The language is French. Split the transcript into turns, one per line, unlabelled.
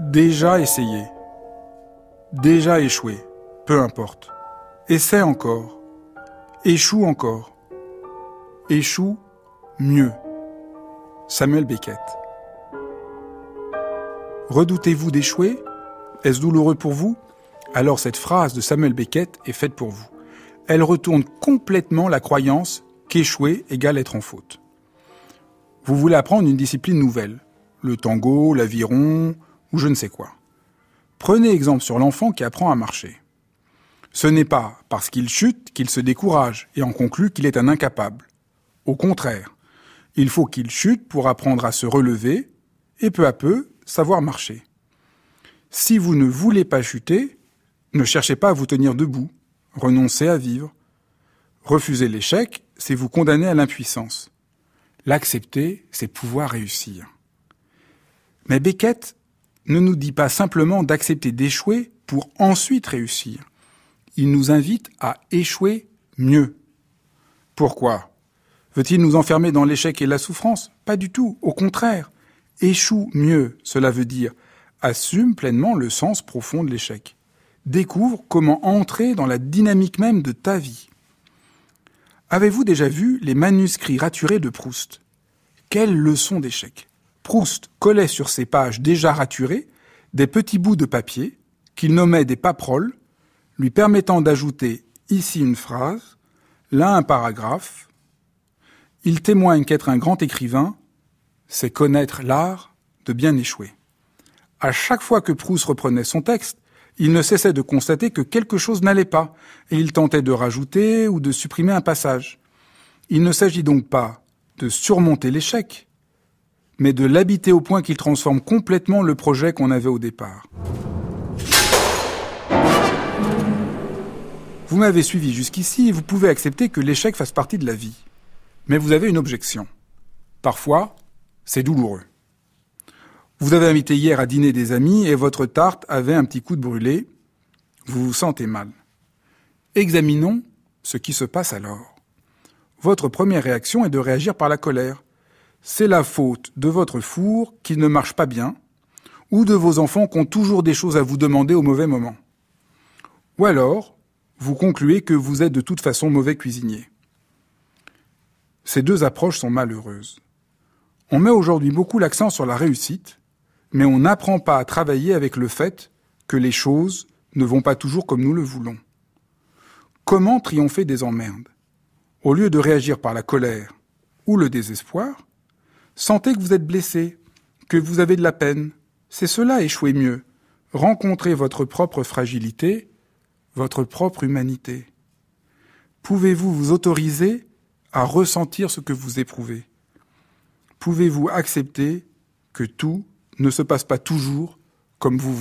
Déjà essayé. Déjà échoué. Peu importe. Essaie encore. Échoue encore. Échoue mieux. Samuel Beckett. Redoutez-vous d'échouer ? Est-ce douloureux pour vous ? Alors cette phrase de Samuel Beckett est faite pour vous. Elle retourne complètement la croyance qu'échouer égale être en faute. Vous voulez apprendre une discipline nouvelle, le tango, l'aviron ou je ne sais quoi. Prenez exemple sur l'enfant qui apprend à marcher. Ce n'est pas parce qu'il chute qu'il se décourage et en conclut qu'il est un incapable. Au contraire, il faut qu'il chute pour apprendre à se relever et peu à peu savoir marcher. Si vous ne voulez pas chuter, ne cherchez pas à vous tenir debout, renoncez à vivre. Refuser l'échec, c'est vous condamner à l'impuissance. L'accepter, c'est pouvoir réussir. Mais Beckett ne nous dit pas simplement d'accepter d'échouer pour ensuite réussir. Il nous invite à échouer mieux. Pourquoi ? Veut-il nous enfermer dans l'échec et la souffrance ? Pas du tout, au contraire. Échoue mieux, cela veut dire assume pleinement le sens profond de l'échec. Découvre comment entrer dans la dynamique même de ta vie. Avez-vous déjà vu les manuscrits raturés de Proust ? Quelle leçon d'échec ! Proust collait sur ses pages déjà raturées des petits bouts de papier qu'il nommait des paperoles, lui permettant d'ajouter ici une phrase, là un paragraphe. Il témoigne qu'être un grand écrivain, c'est connaître l'art de bien échouer. À chaque fois que Proust reprenait son texte, il ne cessait de constater que quelque chose n'allait pas, et il tentait de rajouter ou de supprimer un passage. Il ne s'agit donc pas de surmonter l'échec, mais de l'habiter au point qu'il transforme complètement le projet qu'on avait au départ. Vous m'avez suivi jusqu'ici et vous pouvez accepter que l'échec fasse partie de la vie. Mais vous avez une objection. Parfois, c'est douloureux. Vous avez invité hier à dîner des amis et votre tarte avait un petit coup de brûlé. Vous vous sentez mal. Examinons ce qui se passe alors. Votre première réaction est de réagir par la colère. C'est la faute de votre four qui ne marche pas bien ou de vos enfants qui ont toujours des choses à vous demander au mauvais moment. Ou alors, vous concluez que vous êtes de toute façon mauvais cuisinier. Ces deux approches sont malheureuses. On met aujourd'hui beaucoup l'accent sur la réussite, mais on n'apprend pas à travailler avec le fait que les choses ne vont pas toujours comme nous le voulons. Comment triompher des emmerdes ? Au lieu de réagir par la colère ou le désespoir, sentez que vous êtes blessé, que vous avez de la peine. C'est cela échouer mieux. Rencontrez votre propre fragilité, votre propre humanité. Pouvez-vous vous autoriser à ressentir ce que vous éprouvez ? Pouvez-vous accepter que tout ne se passe pas toujours comme vous voulez ?